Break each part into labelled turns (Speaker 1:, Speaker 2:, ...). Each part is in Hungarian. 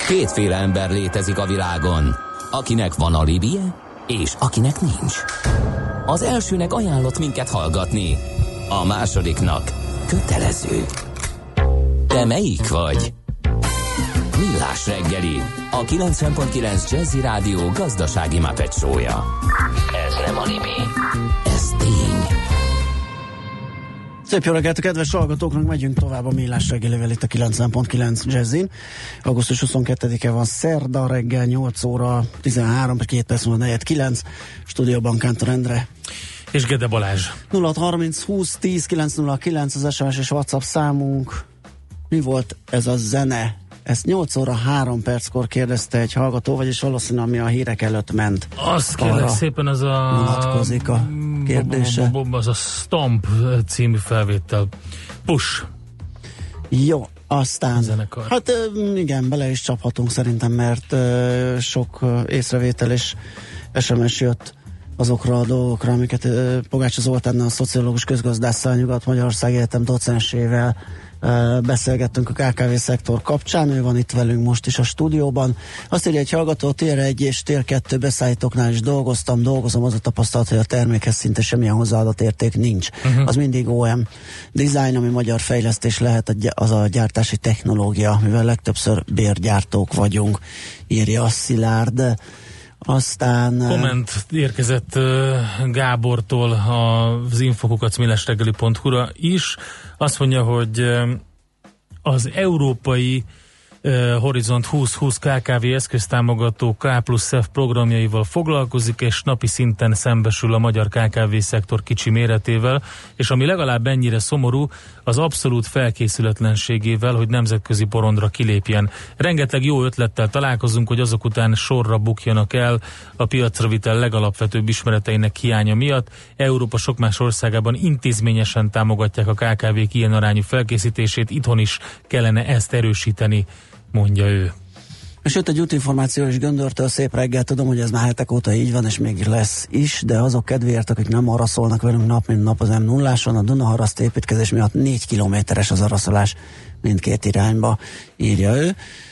Speaker 1: Kétféle ember létezik a világon, akinek van alibije, és akinek nincs. Az elsőnek ajánlott minket hallgatni, a másodiknak kötelező. Te melyik vagy? Millás reggeli, a 90.9 Jazzy Rádió gazdasági Muppet show-ja. Ez nem alibi, ez tény.
Speaker 2: Szép jó reggelt a kedves hallgatóknak, megyünk tovább a Millás reggelivel itt a 90.9 Jazzin. Augusztus 22-e van, szerda reggel 8 óra 13, 2 perc múlva 4-9, stúdióban Kántor Endre
Speaker 3: és Gede Balázs.
Speaker 2: 0630 20 10 909 az SMS és WhatsApp számunk. Mi volt ez a zene? Ezt 8 óra 3 perckor kérdezte egy hallgató, vagyis valószínűleg ami a hírek előtt ment.
Speaker 3: Azt kérlek szépen, az a
Speaker 2: vonatkozik a kérdése.
Speaker 3: Az a Stomp című felvétel. Push.
Speaker 2: Jó, aztán
Speaker 3: zenekar.
Speaker 2: Hát igen, bele is csaphatunk szerintem, mert sok észrevétel és SMS jött azokra a dolgokra, amiket Pogácsa Zoltánnal, a szociológus közgazdásszal, Nyugat-Magyarország Egyetem docensével beszélgettünk a KKV-szektor kapcsán, ő van itt velünk most is a stúdióban. Azt írja egy hallgató, Tier 1 és Tier 2 beszállítóknál is dolgozom, az a tapasztalat, hogy a termékhez szinte semmilyen hozzáadott érték nincs. Az mindig OM design, ami magyar fejlesztés lehet, az a gyártási technológia, mivel legtöbbször bérgyártók vagyunk, írja a Szilárd. Aztán
Speaker 3: komment érkezett Gábortól az info@millásreggeli.hu-ra is. Azt mondja, hogy az európai Horizont 2020 KKV eszköztámogató K+F programjaival foglalkozik, és napi szinten szembesül a magyar KKV szektor kicsi méretével, és ami legalább ennyire szomorú, az abszolút felkészületlenségével, hogy nemzetközi porondra kilépjen. Rengeteg jó ötlettel találkozunk, hogy azok után sorra bukjanak el a piacra vitel legalapvetőbb ismereteinek hiánya miatt. Európa sok más országában intézményesen támogatják a KKV-k ilyen arányú felkészítését, itthon is kellene ezt erősíteni, mondja ő.
Speaker 2: És jött egy útinformáció is Göndörtől, szép reggel, tudom, hogy ez már hetek óta így van, és még lesz is, de azok kedvéért, akik nem araszolnak velünk nap, mint nap az M0-áson, a Dunaharaszt építkezés miatt 4 kilométeres az araszolás mindkét irányba, írja ő.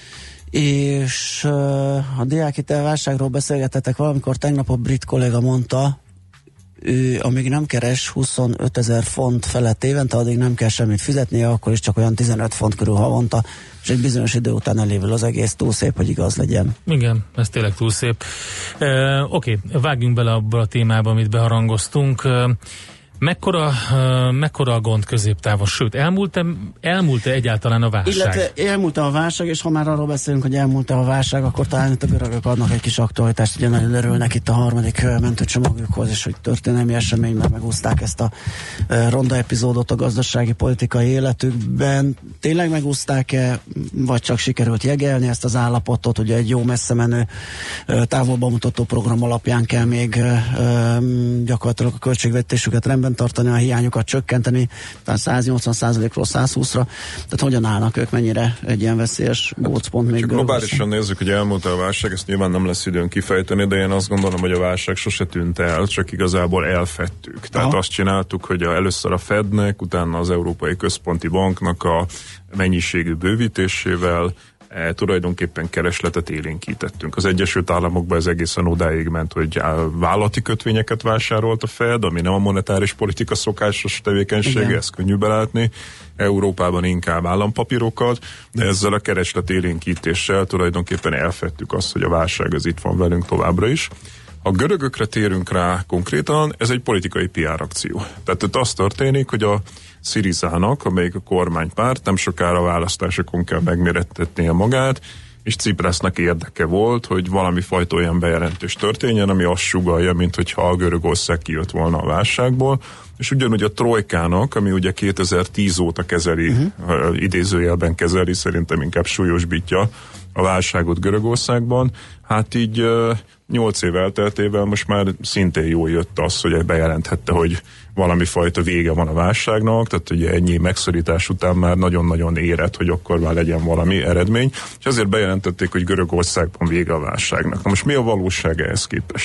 Speaker 2: És a diákhitelválságról beszélgetetek valamikor, tegnap a brit kolléga mondta, ő amíg nem keres 25 000 font felett évente, addig nem kell semmit fizetnie, akkor is csak olyan 15 font körül havonta, és egy bizonyos idő után elévül az egész, túl szép, hogy igaz legyen.
Speaker 3: Igen, ez tényleg túl szép. Oké, vágjunk bele abba a témába, amit beharangoztunk. Mekkora a gond középtávon? Sőt, elmúlt-e egyáltalán a válság?
Speaker 2: Illetve elmúlt a válság, és ha már arról beszélünk, hogy elmúlt a válság, akkor talán itt a görögök adnak egy kis aktualitást, ugye nagyon örülnek itt a harmadik mentőcsomagjukhoz, és hogy történelmi esemény, mert megúszták ezt a ronda epizódot a gazdasági politikai életükben. Tényleg megúszták-e, vagy csak sikerült jegelni ezt az állapotot? Ugye egy jó messze menő távolba mutató program alapján kell még gyakorlatilag a költségvetésüket rendben tartani, a hiányokat csökkenteni, tehát 180%-ról 120-ra. Tehát hogyan állnak ők, mennyire egy ilyen veszélyes gócpont még?
Speaker 4: Globálisan nézzük, hogy elmúlt a válság, ezt nyilván nem lesz időn kifejteni, de én azt gondolom, hogy a válság sose tűnt el, csak igazából elfedtük. Tehát azt csináltuk, hogy először a Fednek, utána az Európai Központi Banknak a mennyiségű bővítésével tulajdonképpen keresletet élénkítettünk. Az Egyesült Államokban ez egészen odáig ment, hogy vállalati kötvényeket vásárolt a Fed, ami nem a monetáris politika szokásos tevékenysége, ezt könnyű belátni. Európában inkább állampapírokat, de ezzel a kereslet élénkítéssel tulajdonképpen elfedtük azt, hogy a válság az itt van velünk továbbra is. A görögökre térünk rá konkrétan, ez egy politikai PR akció. Tehát itt az történik, hogy a Syrizának, amelyik a kormánypárt, nem sokára a választásokon kell megmérettetnie magát, és Ciprasznak érdeke volt, hogy valami fajta olyan bejelentés történjen, ami azt sugallja, mint hogyha a Görögország kijött volna a válságból, és ugyanúgy a Trojkának, ami ugye 2010 óta kezeli, idézőjelben kezeli, szerintem inkább súlyosbítja a válságot Görögországban, hát így 8 év elteltével most már szintén jól jött az, hogy bejelenthette, hogy valami fajta vége van a válságnak, tehát ugye ennyi megszorítás után már nagyon-nagyon érett, hogy akkor már legyen valami eredmény, és azért bejelentették, hogy Görögországban vége a válságnak. Na most mi a valóság ehhez képest?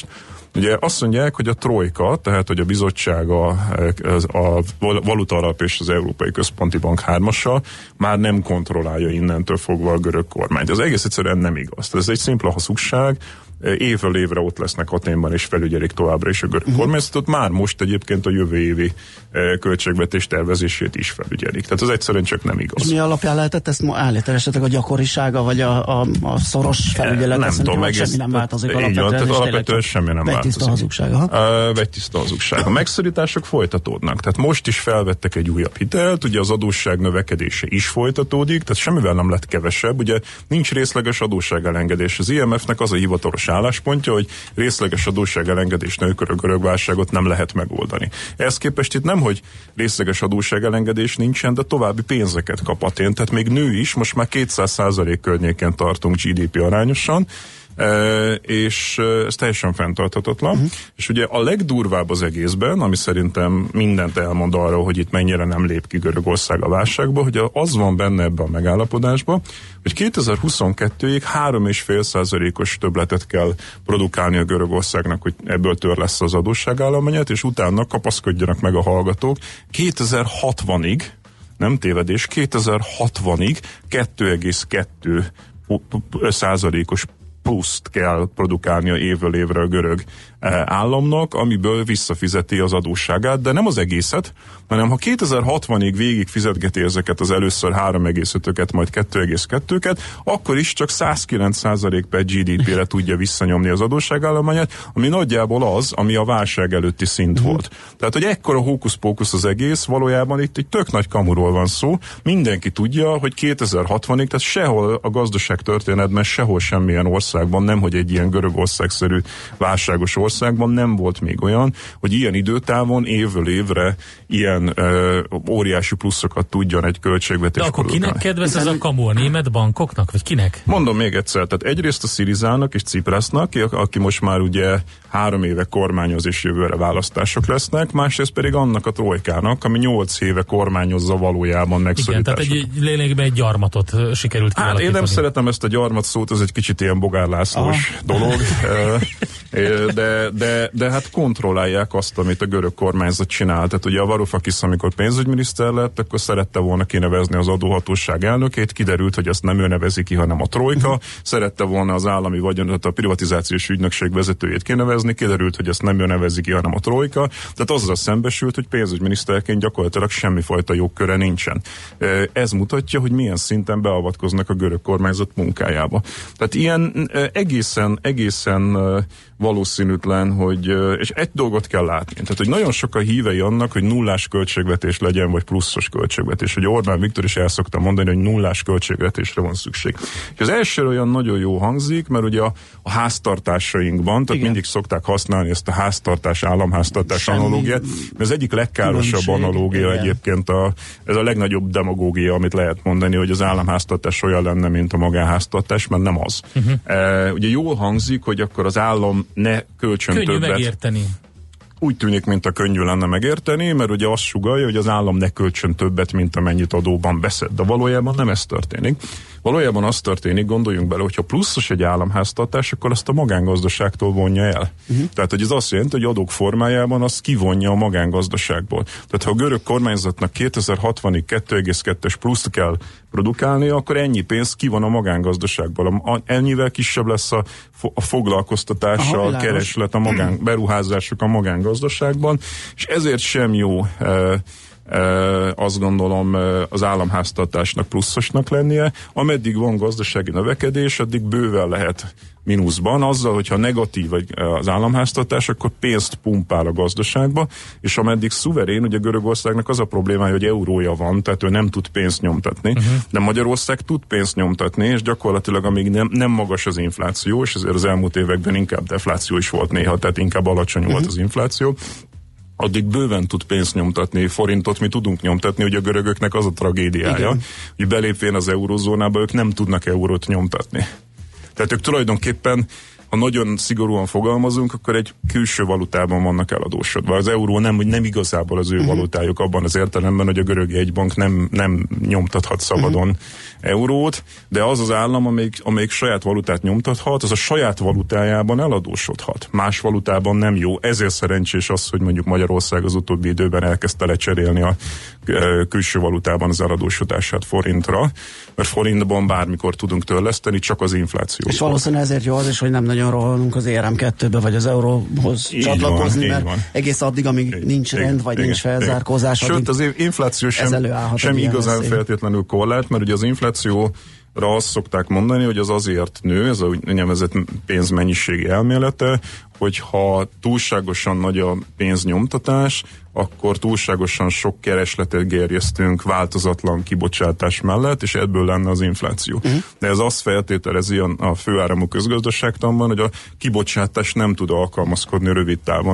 Speaker 4: Ugye azt mondják, hogy a trojka, tehát hogy a bizottság, a Valuta Alap és az Európai Központi Bank 3-assal már nem kontrollálja innentől fogva a görög kormányt. Ez egész egyszerűen nem igaz. Ez egy szimpla hazugság. Évről évre ott lesznek Athénban és felügyelik továbbra is a görög kormányzatot. Már most egyébként a jövő évi költségvetés tervezését is felügyelik. Tehát az egyszerűen csak nem igaz.
Speaker 2: És mi alapján lehetett ezt állítani? Esetleg a gyakorisága, vagy a szoros felügyelet?
Speaker 4: Nem tudom,
Speaker 2: semmi nem változik
Speaker 4: alapvetően. Tehát alapvetően semmi nem változik.
Speaker 2: Vegytiszta
Speaker 4: hazugság. A megszorítások folytatódnak. Tehát most is felvettek egy újabb hitelt, ugye az adósság növekedése is folytatódik, tehát semmivel nem lett kevesebb. Ugye nincs részleges adósságelengedés. Az IMF-nek az a hivatalos álláspontja, hogy részleges adósságelengedés nélkül a görög válságot nem lehet megoldani. Ehhez képest itt nem, hogy részleges adósságelengedés nincsen, de további pénzeket kap Athén, tehát még nő is, most már 200% környéken tartunk GDP arányosan, és ez teljesen fenntarthatatlan. És ugye a legdurvább az egészben, ami szerintem mindent elmond arról, hogy itt mennyire nem lép ki Görögország a válságba, hogy az van benne ebben a megállapodásban, hogy 2022-ig 3,5%-os többletet kell produkálni a Görögországnak, hogy ebből tör lesz az adósságállományát, és utána kapaszkodjanak meg a hallgatók. 2060-ig, nem tévedés, 2060-ig 2,2%-os pluszt kell produkálnia évről évre a görög államnak, amiből visszafizeti az adósságát, de nem az egészet, hanem ha 2060-ig végig fizetgeti ezeket az először 3,5-öket, majd 2,2-ket, akkor is csak 109% per GDP-re tudja visszanyomni az adósságállományát, ami nagyjából az, ami a válság előtti szint volt. Tehát, hogy ekkora hókusz-pókusz az egész, valójában itt egy tök nagy kamuról van szó. Mindenki tudja, hogy 2060-ig, tehát sehol a gazdaság történetben, sehol semmilyen országban, nemhogy egy ilyen Görögország-szerű válságos országban nem volt még olyan, hogy ilyen időtávon évről évre ilyen óriási pluszokat tudjon egy költségvetés.
Speaker 3: De akkor kinek kedvez ez a kamu? A német bankoknak? Vagy kinek?
Speaker 4: Mondom még egyszer, tehát egyrészt a Syrizának és Ciprasnak, aki most már ugye 3 éve kormányoz és jövőre választások lesznek, másrészt pedig annak a trojkának, ami 8 éve kormányozza valójában megszorításokat.
Speaker 3: Igen, tehát lényegében egy gyarmatot sikerült kialakítani.
Speaker 4: Én nem szeretem ezt a gyarmat szót, ez egy kicsit ilyen Bogár Lászlós dolog, de hát kontrollálják azt, amit a görög kormányzat csinál. Tehát ugye a Varoufakis, amikor pénzügyminiszter lett, akkor szerette volna kinevezni az adóhatóság elnökét, kiderült, hogy azt nem ő nevezi ki, hanem a trojka. Szerette volna az állami vagyonat, a privatizációs ügynökség vezetőjét kinevezni, kiderült, hogy ezt nem ő nevezi ki, hanem a trojka. Tehát azzal szembesült, hogy pénzügyminiszterként gyakorlatilag semmifajta jogköre nincsen. Ez mutatja, hogy milyen szinten beavatkoznak a görög kormányzat munkájába. Tehát ilyen egészen valószínűtlen, hogy, és egy dolgot kell látni, tehát hogy nagyon sokan hívei annak, hogy nullás költségvetés legyen, vagy pluszos költségvetés. Hogy Orbán Viktor is el szokta mondani, hogy nullás költségvetésre van szükség. És az első olyan nagyon jó hangzik, mert ugye a háztartásainkban, tehát mindig szokták használni ezt a háztartás, államháztartás analógiát, mert az egyik legkárosabb analógia egyébként ez a legnagyobb demagógia, amit lehet mondani, hogy az államháztartás olyan lenne, mint a magánháztartás, mert nem az. Ugye jól hangzik, hogy akkor az állam ne költsön
Speaker 3: könnyű
Speaker 4: többet.
Speaker 3: Megérteni.
Speaker 4: Úgy tűnik, mint a könnyű lenne megérteni, mert ugye azt sugallja, hogy az állam ne költsön többet, mint amennyit adóban beszed. De valójában nem ez történik. Valójában az történik, gondoljunk bele, hogyha pluszos egy államháztartás, akkor azt a magángazdaságtól vonja el. Tehát, hogy ez azt jelenti, hogy adók formájában azt kivonja a magángazdaságból. Tehát, ha a görög kormányzatnak 2060-ig 2,2-es pluszt kell produkálni, akkor ennyi pénz kivon a magángazdaságból. Ennyivel kisebb lesz a foglalkoztatás, a kereslet, a beruházások a magángazdaságban, és ezért sem jó azt gondolom az államháztartásnak pluszosnak lennie. Ameddig van gazdasági növekedés, addig bőven lehet mínuszban, azzal, hogyha negatív az államháztartás, akkor pénzt pumpál a gazdaságba, és ameddig szuverén, ugye Görögországnak az a problémája, hogy eurója van, tehát ő nem tud pénzt nyomtatni, de Magyarország tud pénzt nyomtatni, és gyakorlatilag amíg nem magas az infláció, és ezért az elmúlt években inkább defláció is volt néha, tehát inkább alacsony volt az infláció, addig bőven tud pénzt nyomtatni, forintot mi tudunk nyomtatni, hogy a görögöknek az a tragédiája, hogy belépvén az eurózónába ők nem tudnak eurót nyomtatni. Tehát ők tulajdonképpen ha nagyon szigorúan fogalmazunk, akkor egy külső valutában vannak eladósodva. Az euró nem igazából az ő valutájuk abban az értelemben, hogy a görög jegybank nem nyomtathat szabadon eurót, de az az állam, amelyik saját valutát nyomtathat, az a saját valutájában eladósodhat. Más valutában nem jó. Ezért szerencsés az, hogy mondjuk Magyarország az utóbbi időben elkezdte lecserélni a külső valutában az eladósodását forintra, mert forintban bármikor tudunk törleszteni, csak az infláció.
Speaker 2: És valószínűleg ezért jó az is, hogy nem nagyon rohanunk az ERM2-be, vagy az euróhoz csatlakozni, mert egész addig, amíg nincs rend, vagy nincs felzárkózás.
Speaker 4: Sőt, az infláció sem igazán feltétlenül korlát, mert ugye az inflációra azt szokták mondani, hogy az azért nő, ez a úgynevezett pénzmennyiségi elmélete, hogyha túlságosan nagy a pénznyomtatás, akkor túlságosan sok keresletet gerjesztünk változatlan kibocsátás mellett, és ebből lenne az infláció. De ez azt feltételezi a főáramú közgazdaságtanban, hogy a kibocsátás nem tud alkalmazkodni rövid távon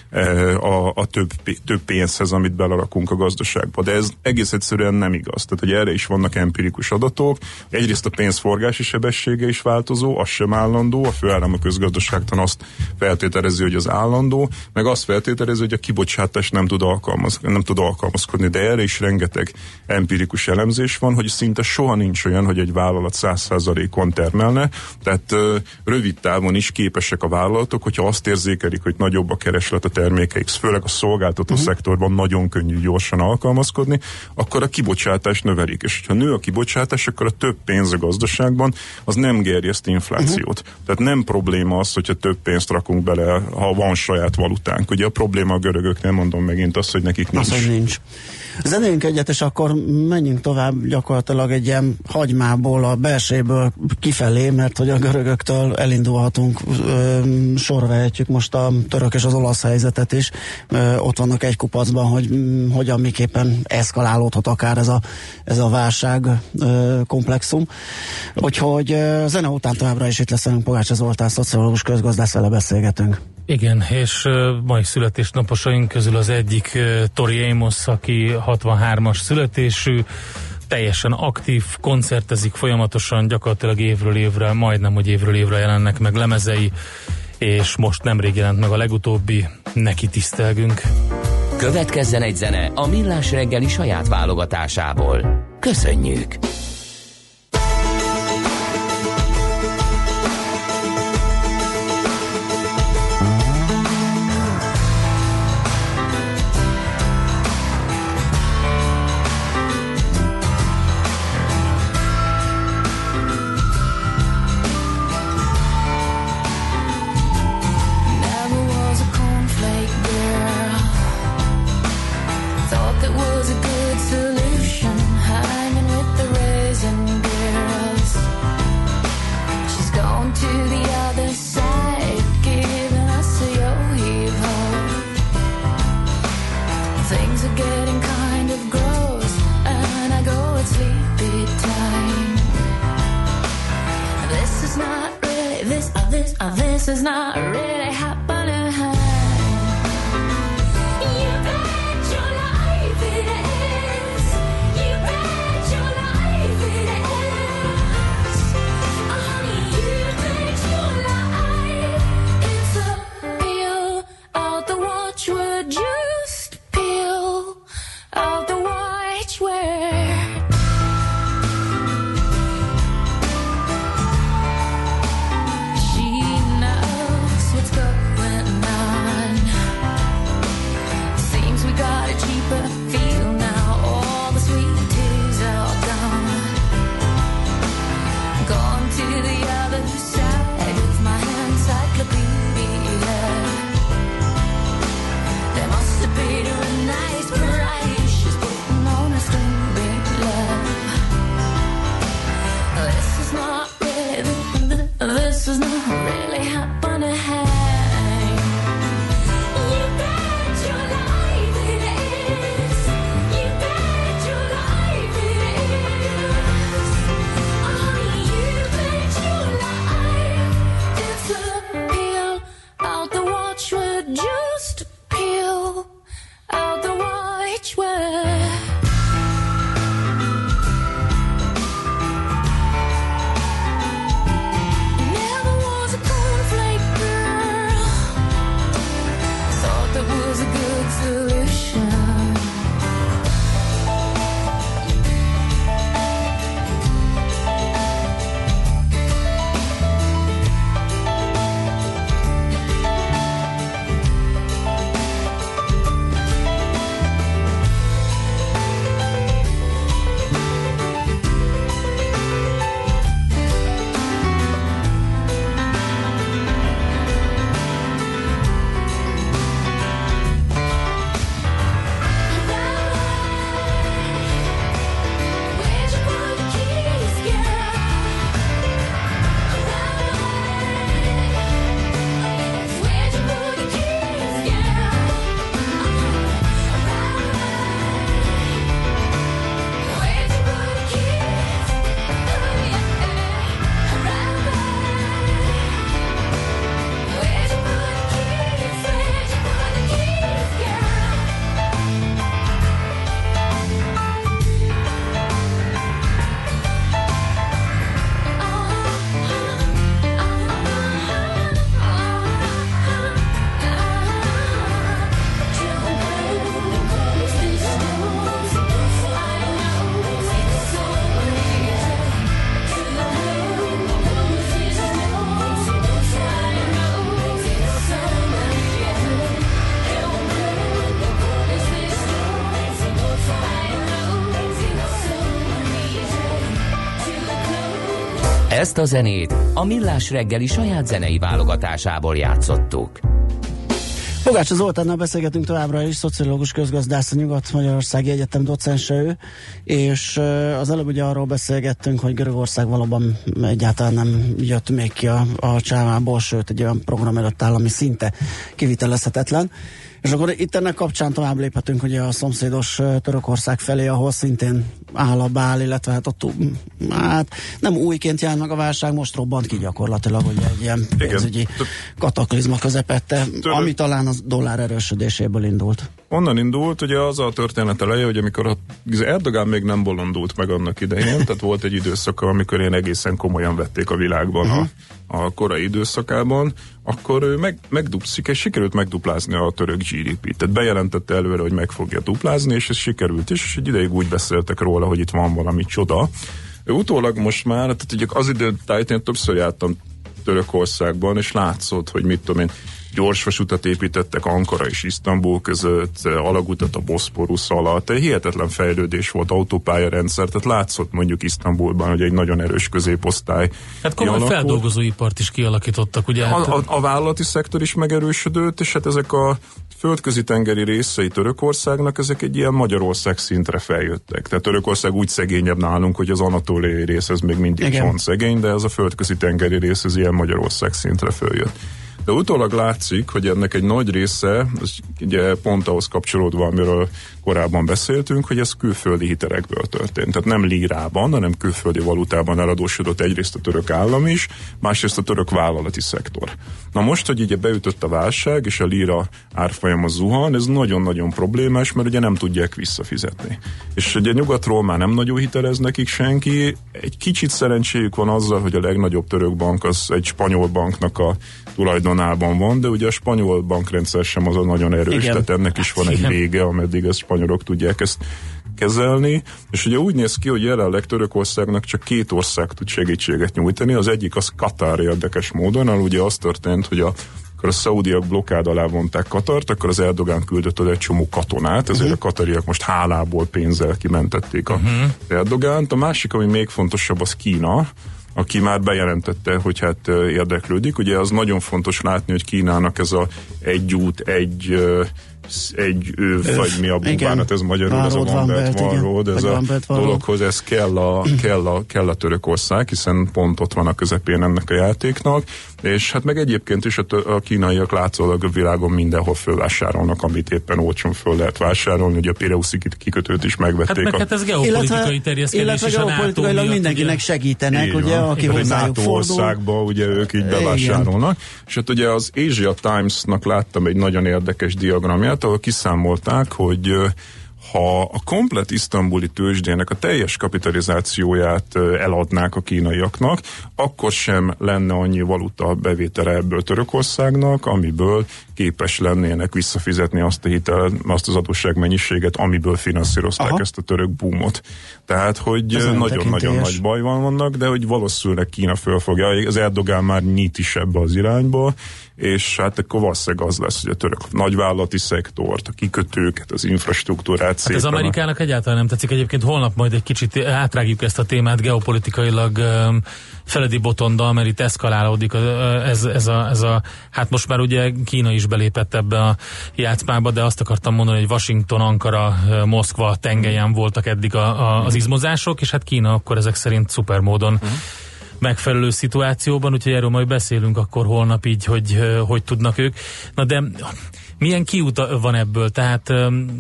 Speaker 4: a több pénzhez, amit belerakunk a gazdaságba. De ez egész egyszerűen nem igaz. Tehát, hogy erre is vannak empirikus adatok. Egyrészt a pénzforgási sebessége is változó, az sem állandó. A főáramú közgazdaságtan azt feltételezi, hogy az állandó, meg azt feltételezi, hogy a kibocsátás nem tud alkalmazkodni, de erre is rengeteg empirikus elemzés van, hogy szinte soha nincs olyan, hogy egy vállalat 100%-on termelne, tehát rövid távon is képesek a vállalatok, hogyha azt érzékelik, hogy nagyobb a kereslet a termékeik, főleg a szolgáltató szektorban nagyon könnyű gyorsan alkalmazkodni, akkor a kibocsátás növelik, és ha nő a kibocsátás, akkor a több pénz a gazdaságban, az nem gerjeszt inflációt. Tehát nem probléma az, hogyha több pénzt rakunk bele, ha van saját valutánk. Ugye a probléma a görögöknél, mondom megint azt, hogy nekik nincs.
Speaker 2: Az, hogy nincs. Zenéljünk egyet, és akkor menjünk tovább gyakorlatilag egy ilyen hagymából, a belséből kifelé, mert hogy a görögöktől elindulhatunk, sorra vehetjük most a török és az olasz helyzetet is. Ott vannak egy kupacban, hogy hogyan miképpen eszkalálódhat akár ez a válság komplexum. Úgyhogy zene után továbbra is itt lesz velünk Pogácsa Zoltán, szociológus közgazdász, vele beszélgetünk.
Speaker 3: Igen, és mai születésnaposaink közül az egyik Tori Amos, aki 63-as születésű, teljesen aktív, koncertezik folyamatosan, gyakorlatilag évről évre, majdnem, hogy évről évre jelennek meg lemezei, és most nemrég jelent meg a legutóbbi, neki tisztelgünk.
Speaker 1: Következzen egy zene a Millás reggeli saját válogatásából. Köszönjük!
Speaker 5: This is not really happening. You bet your life it is. You bet your life it is. Honey, you bet your life. It's a peel out the watchword. Just peel out the watchword. This is not really happening. You bet your life it is. You bet your life it is. Honey, you bet your life. It's a peel out the watchword. Just peel out the watchword. Never was a
Speaker 1: Ezt a zenét a Millás reggeli saját zenei válogatásából játszottuk.
Speaker 2: Pogácsa Zoltánnal beszélgetünk továbbra is, szociológus közgazdász, a Nyugat-Magyarországi Egyetem docense ő, és az előbb ugye arról beszélgettünk, hogy Görögország valóban egyáltalán nem jött még ki a csávából, sőt egy olyan program előtt áll, ami szinte kivitelezhetetlen. És akkor itt ennek kapcsán tovább léphetünk ugye a szomszédos Törökország felé, ahol szintén áll a bál, illetve hát ott nem újként jelent meg a válság, most robbant ki gyakorlatilag, hogy egy ilyen pénzügyi kataklizma közepette, ami talán a dollár erősödéséből indult.
Speaker 4: Onnan indult, ugye az a történet eleje, hogy amikor az Erdogán még nem bolondult meg annak idején, tehát volt egy időszaka, amikor én egészen komolyan vették a világban a korai időszakában, akkor ő és sikerült megduplázni a török GDP-t. Tehát bejelentette előre, hogy meg fogja duplázni, és ez sikerült is, és egy ideig úgy beszéltek róla, hogy itt van valami csoda. Utólag most már, tehát ugye az időtájt én többször jártam Törökországban, és látszott, hogy mit tudom én, gyorsvasutat építettek Ankara és Isztambul között, alagutat a Boszporusz alatt, egy hihetetlen fejlődés volt, autópályarendszer, tehát látszott mondjuk Isztambulban, hogy egy nagyon erős középosztály.
Speaker 3: Hát komoly feldolgozóipart is kialakítottak, ugye?
Speaker 4: A vállalati szektor is megerősödött, és hát ezek a földközi tengeri részei Törökországnak, ezek egy ilyen Magyarország szintre feljöttek. Tehát Törökország úgy szegényebb nálunk, hogy az anatóliai rész ez még mindig van szegény, de ez a földközi tengeri rész ez ilyen Magyarország szintre följött. De utólag látszik, hogy ennek egy nagy része, ez ugye pont ahhoz kapcsolódva, amiről korábban beszéltünk, hogy ez külföldi hitelekből történt. Tehát nem lírában, hanem külföldi valutában eladósodott egyrészt a török állam is, másrészt a török vállalati szektor. Na most, hogy ugye beütött a válság, és a líra árfolyama zuhan, ez nagyon-nagyon problémás, mert ugye nem tudják visszafizetni. És ugye nyugatról már nem nagyon hitelez nekik senki, egy kicsit szerencséjük van azzal, hogy a legnagyobb török bank az egy spanyol banknak a tulajdonában van, de ugye a spanyol bankrendszer sem az a nagyon erős, tehát ennek is van egy vége, ameddig a spanyolok tudják ezt kezelni, és ugye úgy néz ki, hogy jelenleg Törökországnak csak 2 ország tud segítséget nyújtani, az egyik az Katar érdekes módon, ahol ugye az történt, hogy akkor a szaudiak blokkád alá vonták Katart, akkor az Erdogán küldött oda egy csomó katonát, ezért a katariak most hálából pénzzel kimentették a Erdogánt. A másik, ami még fontosabb, az Kína, aki már bejelentette, hogy hát érdeklődik. Ugye az nagyon fontos látni, hogy Kínának ez a egy út, egy vagy mi a búbánat, ez magyarul, ez a One Belt, One Road, ez a dologhoz, ez kell a Törökország, hiszen pont ott van a közepén ennek a játéknak, és hát meg egyébként is a kínaiak látszólag a világon mindenhol fölvásárolnak, amit éppen olcsón föl lehet vásárolni, ugye a Pireuszi kikötőt is megvették.
Speaker 3: Hát ez geopolitikai terjeszkedés is a
Speaker 2: geopolitikailag mindenkinek segítenek, ugye, aki hozzájuk fordul.
Speaker 4: országba, ugye ők így bevásárolnak. És hát ugye az Asia Times-nak láttam egy nagyon érdekes diagramját, ahol kiszámolták, hogy ha a komplett isztambuli tőzsdének a teljes kapitalizációját eladnák a kínaiaknak, akkor sem lenne annyi valuta bevétele ebből Törökországnak, amiből képes lennének visszafizetni azt az adósságmennyiséget, amiből finanszírozták ezt a török boomot. Tehát, hogy nagyon-nagyon nagy baj vannak, de hogy valószínűleg Kína fölfogja. Az Erdogán már nyit is ebbe az irányba, és hát akkor valószínűleg az lesz, hogy a török nagyvállalati szektort, a kikötőket, az infrastruktúrát
Speaker 3: Hát ez Amerikának egyáltalán nem tetszik. Egyébként holnap majd egy kicsit átrágjuk ezt a témát geopolitikailag Feledi Botondal, mert itt eszkalálódik hát most már ugye Kína is belépett ebbe a játszmába, de azt akartam mondani, hogy Washington, Ankara, Moszkva tengelyen voltak eddig az izmozások, és hát Kína akkor ezek szerint szuper módon megfelelő szituációban, úgyhogy erről majd beszélünk akkor holnap így, hogy tudnak ők. Na de milyen kiút van ebből? Tehát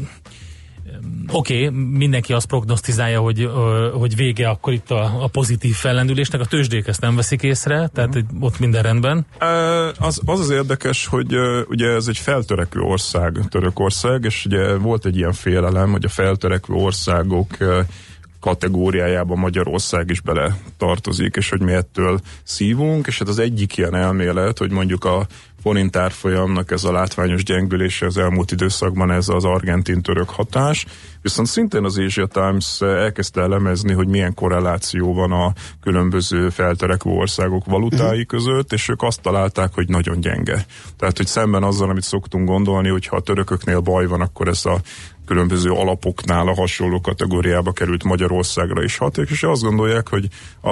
Speaker 3: oké, mindenki azt prognosztizálja, hogy vége akkor itt a pozitív fellendülésnek, a tőzsdék ezt nem veszik észre, tehát ott minden rendben.
Speaker 4: Az érdekes, hogy ugye ez egy feltörekvő ország, Törökország, és ugye volt egy ilyen félelem, hogy a feltörekvő országok kategóriájában Magyarország is bele tartozik, és hogy mi ettől szívunk, és hát az egyik ilyen elmélet, hogy mondjuk a forint árfolyamnak ez a látványos gyengülése az elmúlt időszakban, ez az argentin-török hatás, viszont szintén az Asia Times elkezdte elemezni, hogy milyen korreláció van a különböző feltörekvő országok valutái között, és ők azt találták, hogy nagyon gyenge. Tehát, hogy szemben azzal, amit szoktunk gondolni, hogyha a törököknél baj van, akkor ez a különböző alapoknál a hasonló kategóriába került Magyarországra is hat, és azt gondolják, hogy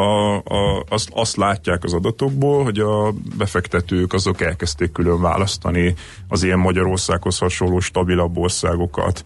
Speaker 4: azt látják az adatokból, hogy a befektetők azok elkezdték külön választani az ilyen Magyarországhoz hasonló stabilabb országokat,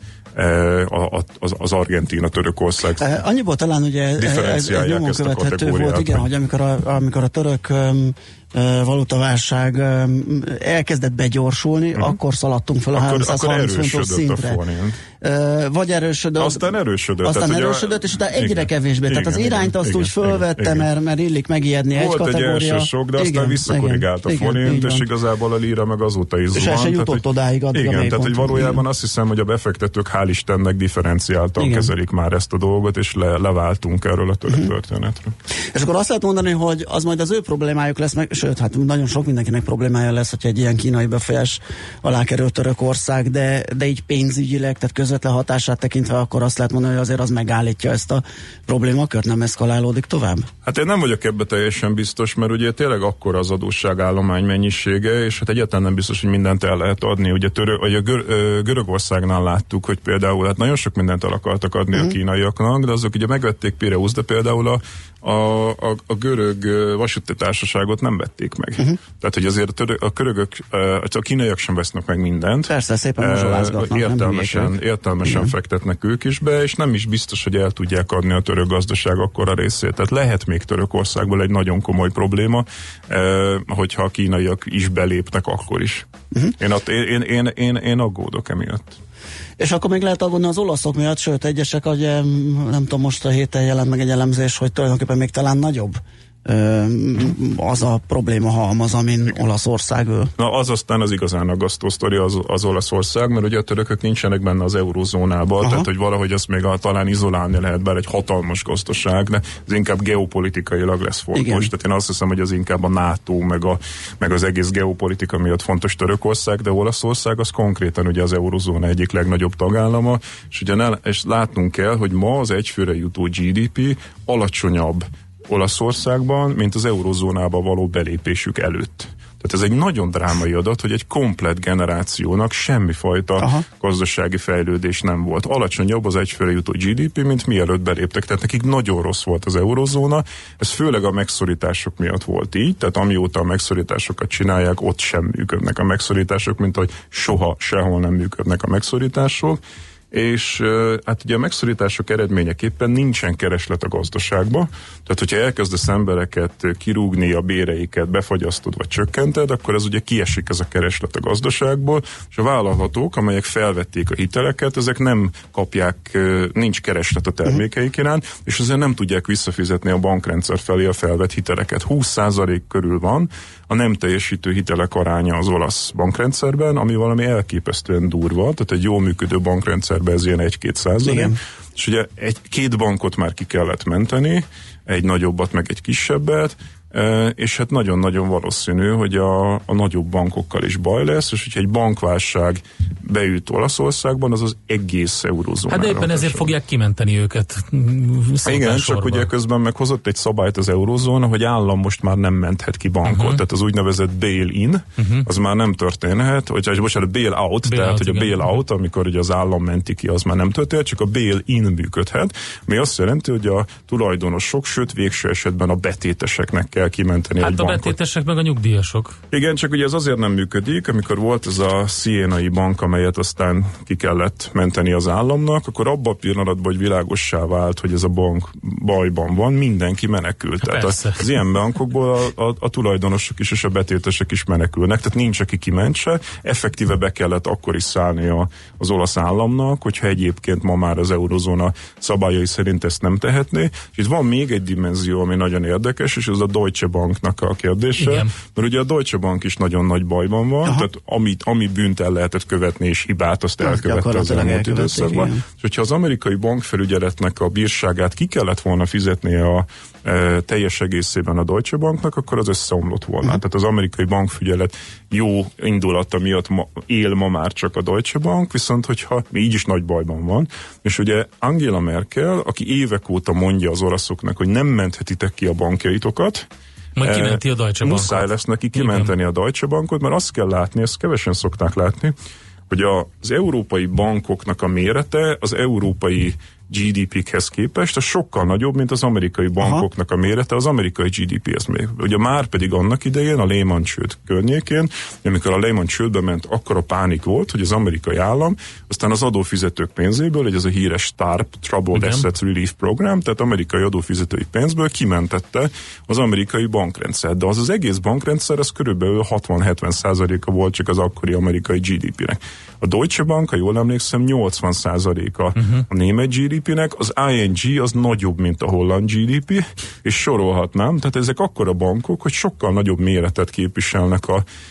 Speaker 4: az Argentína, Törökország.
Speaker 2: Annyiból talán ugye ez nyomon követhető volt, igen, hogy amikor a török valutaválság elkezdett begyorsulni, akkor szaladtunk fel a 330 fontos szintre. Vagy erősödött.
Speaker 4: Aztán erősödött,
Speaker 2: és utána egyre kevésbé. Tehát az irányt azt úgy fölvette, mert illik megijedni egy kategória.
Speaker 4: Volt egy első sok, de aztán visszakorrigált a forint, és igazából a lira meg azóta is zuhant.
Speaker 2: És el se jutott odáig addig a
Speaker 4: tehát hogy valójában azt hiszem, hogy a befektetők hál' Istennek differenciáltan kezelik már ezt a dolgot, és leváltunk erről a török történetről.
Speaker 2: És akkor azt lehet mondani, hogy az majd az ő problémájuk lesz, sőt, hát nagyon sok mindenkinek problémája lesz, hogyha egy ilyen kínai befolyás alá kerül Törökország, de így pénzügyileg, tehát közvetlen hatását tekintve, akkor azt lehet mondani, hogy azért az megállítja ezt a problémakört, nem eszkalálódik tovább?
Speaker 4: Hát én nem vagyok ebbe teljesen biztos, mert ugye tényleg akkora az adósságállomány mennyisége, és hát egyáltalán nem biztos, hogy mindent el lehet adni. Ugye Görögországnál láttuk, hogy például hát nagyon sok mindent el akartak adni a kínaiaknak, de azok ugye megvették Pireus, de például a görög vasúti társaságot nem vették meg. Tehát, hogy azért a kínaiak sem vesznek meg mindent.
Speaker 2: Persze, szépen mozsolázgatnak.
Speaker 4: Értelmesen fektetnek ők is be, és nem is biztos, hogy el tudják adni a török gazdaság akkora részét. Tehát lehet még Törökországból egy nagyon komoly probléma, hogyha a kínaiak is belépnek akkor is. Én aggódok emiatt.
Speaker 2: És akkor még lehet aggódni az olaszok miatt, sőt egyesek, hogy nem tudom, most a héten jelent meg egy elemzés, hogy tulajdonképpen még talán nagyobb az a probléma halmaz, amin Olaszország ül.
Speaker 4: Na az aztán az igazán aggasztó sztori az Olaszország, mert ugye a törökök nincsenek benne az eurózónában, tehát hogy valahogy azt még talán izolálni lehet, bár egy hatalmas gazdaság, de ez inkább geopolitikailag lesz fontos. Igen. Tehát én azt hiszem, hogy az inkább a NATO, meg az egész geopolitika miatt fontos Törökország, de Olaszország az konkrétan ugye az eurózóna egyik legnagyobb tagállama, és ugye és látnunk kell, hogy ma az egyfőre jutó GDP alacsonyabb Olaszországban, mint az eurózónába való belépésük előtt. Tehát ez egy nagyon drámai adat, hogy egy komplett generációnak semmifajta gazdasági fejlődés nem volt. Alacsonyabb az egyfőre jutó GDP, mint mielőtt beléptek. Tehát nekik nagyon rossz volt az eurózóna. Ez főleg a megszorítások miatt volt így, tehát amióta a megszorításokat csinálják, ott sem működnek a megszorítások, mint ahogy soha sehol nem működnek a megszorítások. És hát ugye a megszorítások eredményeképpen nincsen kereslet a gazdaságba, tehát hogyha elkezdesz embereket kirúgni, a béreiket befagyasztod vagy csökkented, akkor ez ugye kiesik ez a kereslet a gazdaságból, és a vállalatok, amelyek felvették a hiteleket, ezek nem kapják, nincs kereslet a termékeik iránt, és ezért nem tudják visszafizetni a bankrendszer felé a felvett hiteleket. 20% körül van a nem teljesítő hitelek aránya az olasz bankrendszerben, ami valami elképesztően durva, tehát egy jól működő bankrendszerben ez ilyen 1-2%. És ugye két bankot már ki kellett menteni, egy nagyobbat meg egy kisebbet, és hát nagyon-nagyon valószínű, hogy a nagyobb bankokkal is baj lesz, és hogyha egy bankválság beüt Olaszországban, az egész eurózónára.
Speaker 3: Hát de éppen ezért fogják kimenteni őket.
Speaker 4: Igen, csak ugye közben meghozott egy szabályt az eurózóna, hogy állam most már nem menthet ki bankot, tehát az úgynevezett bail-in, az már nem történhet, bocsánat, bail-out, tehát hogy a bail-out, amikor ugye az állam menti ki, az már nem történhet, csak a bail-in működhet, ami azt jelenti, hogy a tulajdonosok, sőt végső esetben a betéteseknek kell kimenteni egy bankot.
Speaker 3: Hát a betétesek meg a nyugdíjasok.
Speaker 4: Igen, csak ugye ez azért nem működik, amikor volt ez a Sienai bank, amelyet aztán ki kellett menteni az államnak, akkor abban a pillanatban, hogy világossá vált, hogy ez a bank bajban van, mindenki menekült. Tehát az ilyen bankokból a tulajdonosok is és a betétesek is menekülnek, tehát nincs, aki kimentse. Effektíve be kellett akkor is szállni az olasz államnak, hogyha egyébként ma már az eurozóna szabályai szerint ezt nem tehetné. És itt van még egy dimenzió, ami nagyon érdekes, és ez a Deutsche Banknak a kérdése. Igen. Mert ugye a Deutsche Bank is nagyon nagy bajban van, tehát ami bűnt el lehetett követni és hibát, azt elkövette az elmúlt időszakban. És hogyha az amerikai bankfelügyeletnek a bírságát ki kellett volna fizetni a teljes egészében a Deutsche Banknak, akkor az összeomlott volna. Tehát az amerikai bankfelügyelet jó indulata miatt él ma már csak a Deutsche Bank, viszont hogyha így is nagy bajban van, és ugye Angela Merkel, aki évek óta mondja az olaszoknak, hogy nem menthetitek ki a bankjaitokat,
Speaker 3: majd kimenti a Deutsche Bankot.
Speaker 4: Muszáj lesz neki kimenteni a Deutsche Bankot, mert azt kell látni, ezt kevesen szokták látni, hogy az európai bankoknak a mérete az európai GDP-hez képest az sokkal nagyobb, mint az amerikai bankoknak a mérete az amerikai GDP-hez. Ugye már pedig annak idején, a Lehman csőd környékén, amikor a Lehman csődbe ment, akkora pánik volt, hogy az amerikai állam aztán az adófizetők pénzéből, hogy ez a híres TARP, Troubled Assets Relief Program, tehát amerikai adófizetői pénzből kimentette az amerikai bankrendszert. De az egész bankrendszer, az körülbelül 60-70%-a volt csak az akkori amerikai GDP-nek. A Deutsche Bank, ha jól emlékszem, 80%-a a német GDP-nek, az ING az nagyobb, mint a holland GDP, és sorolhatnám, tehát ezek akkora bankok, hogy sokkal nagyobb méretet képviselnek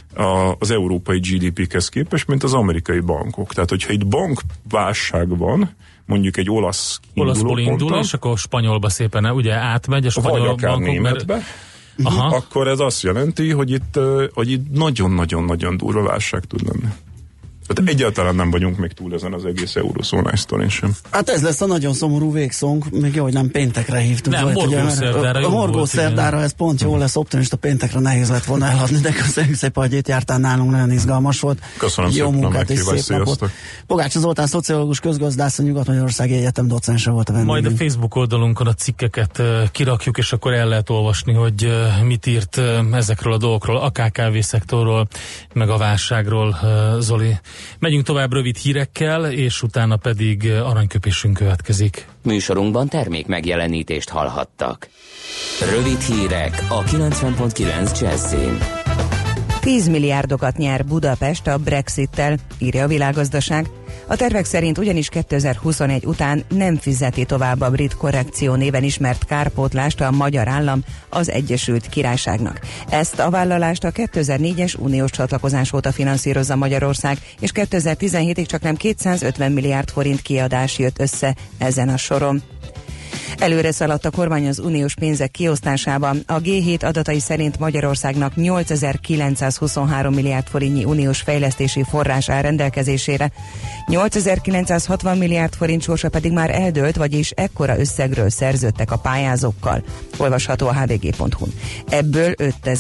Speaker 4: az európai GDP-hez képest, mint az amerikai bankok. Tehát, hogyha itt bankválság van, mondjuk egy olaszból
Speaker 3: indul, és akkor spanyolba szépen ugye átmegy a spanyol
Speaker 4: vagy akár
Speaker 3: bankok,
Speaker 4: németbe, akkor ez azt jelenti, hogy itt nagyon-nagyon-nagyon durva válság tud lenni. Tehát egyáltalán nem vagyunk még túl ezen az egész eurózónás sztorén sem.
Speaker 2: Hát ez lesz a nagyon szomorú végszónk, még jó, hogy nem péntekre hívtuk.
Speaker 3: Nem, morgószerdára.
Speaker 2: A morgószerdára ez pont jó lesz, optimista péntekre nehéz lett volna eladni, de köszönjük szépen, hogy itt jártál nálunk, nagyon izgalmas volt.
Speaker 4: Köszönöm
Speaker 2: jó
Speaker 4: szépen
Speaker 2: munkát és szép napot. Pogács Zoltán, szociológus, közgazdász, a Nyugat-Magyarországi Egyetem docense volt a vendégünk.
Speaker 3: Majd a Facebook oldalunkon a cikkeket kirakjuk, és akkor el lehet olvasni, hogy mit írt ezekről a dolgokról, a KKV szektorról, meg a válságról, Zoli. Megyünk tovább rövid hírekkel, és utána pedig aranyköpésünk következik.
Speaker 1: Műsorunkban termék megjelenítést hallhattak. Rövid hírek a 90.9 Jazzin.
Speaker 6: 10 milliárdokat nyer Budapest a Brexittel, írja a Világgazdaság. A tervek szerint ugyanis 2021 után nem fizeti tovább a brit korrekció néven ismert kárpótlást a magyar állam az Egyesült Királyságnak. Ezt a vállalást a 2004-es uniós csatlakozás óta finanszírozza Magyarország, és 2017-ig csaknem 250 milliárd forint kiadás jött össze ezen a soron. Előre szaladt a kormány az uniós pénzek kiosztásában. A G7 adatai szerint Magyarországnak 8923 milliárd forintnyi uniós fejlesztési forrás áll rendelkezésére. 8960 milliárd forint sorsa pedig már eldőlt, vagyis ekkora összegről szerződtek a pályázókkal. Olvasható a hvg.hu-n. Ebből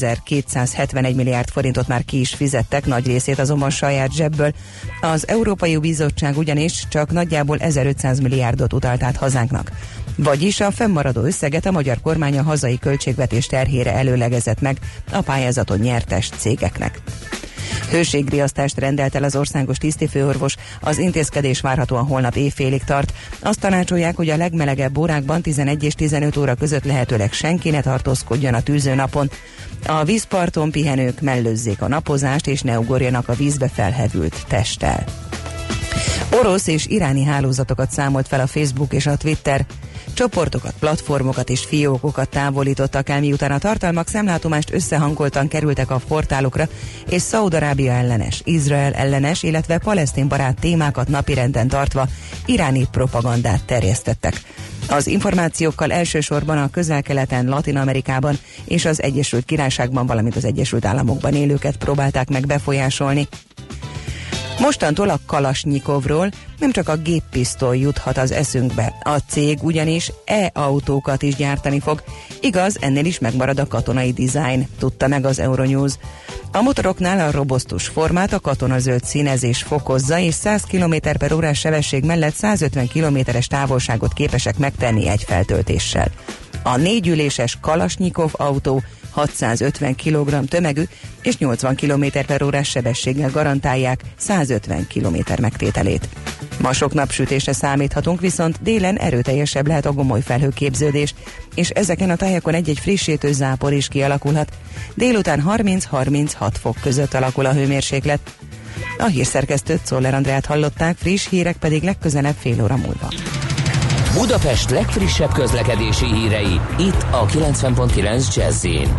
Speaker 6: 5271 milliárd forintot már ki is fizettek, nagy részét azonban saját zsebből. Az Európai Bizottság ugyanis csak nagyjából 1500 milliárdot utalt át hazánknak. Vagyis a fennmaradó összeget a magyar kormány a hazai költségvetés terhére előlegezett meg a pályázaton nyertes cégeknek. Hőségriasztást rendelt el az országos tisztifőorvos, az intézkedés várhatóan holnap éjfélig tart. Azt tanácsolják, hogy a legmelegebb órákban 11 és 15 óra között lehetőleg senki ne tartózkodjon a tűzőnapon. A vízparton pihenők mellőzzék a napozást és ne ugorjanak a vízbe felhevült testtel. Orosz és iráni hálózatokat számolt fel a Facebook és a Twitter. Csoportokat, platformokat és fiókokat távolítottak el, miután a tartalmak szemlátomást összehangoltan kerültek a portálokra, és Szaúd-Arábia ellenes, Izrael ellenes, illetve palesztin barát témákat napirenden tartva iráni propagandát terjesztettek. Az információkkal elsősorban a Közel-Keleten, Latin-Amerikában és az Egyesült Királyságban, valamint az Egyesült Államokban élőket próbálták meg befolyásolni. Mostantól a Kalasnyikovról nem csak a géppisztoly juthat az eszünkbe. A cég ugyanis e-autókat is gyártani fog. Igaz, ennél is megmarad a katonai dizájn, tudta meg az Euronews. A motoroknál a robosztus formát a katonazöld színezés fokozza, és 100 km/h sebesség mellett 150 km-es távolságot képesek megtenni egy feltöltéssel. A 4 üléses Kalasnyikov autó 650 kg tömegű és 80 km/h sebességgel garantálják 150 km megtételét. Ma sok napsütésre számíthatunk, viszont délen erőteljesebb lehet a gomoly felhőképződés, és ezeken a tájakon egy-egy frissítő zápor is kialakulhat. Délután 30-36 fok között alakul a hőmérséklet. A hírszerkesztőt, Czoller Andrát hallották, friss hírek pedig legközelebb fél óra múlva.
Speaker 1: Budapest legfrissebb közlekedési hírei, itt a 90.9 Jazz-in.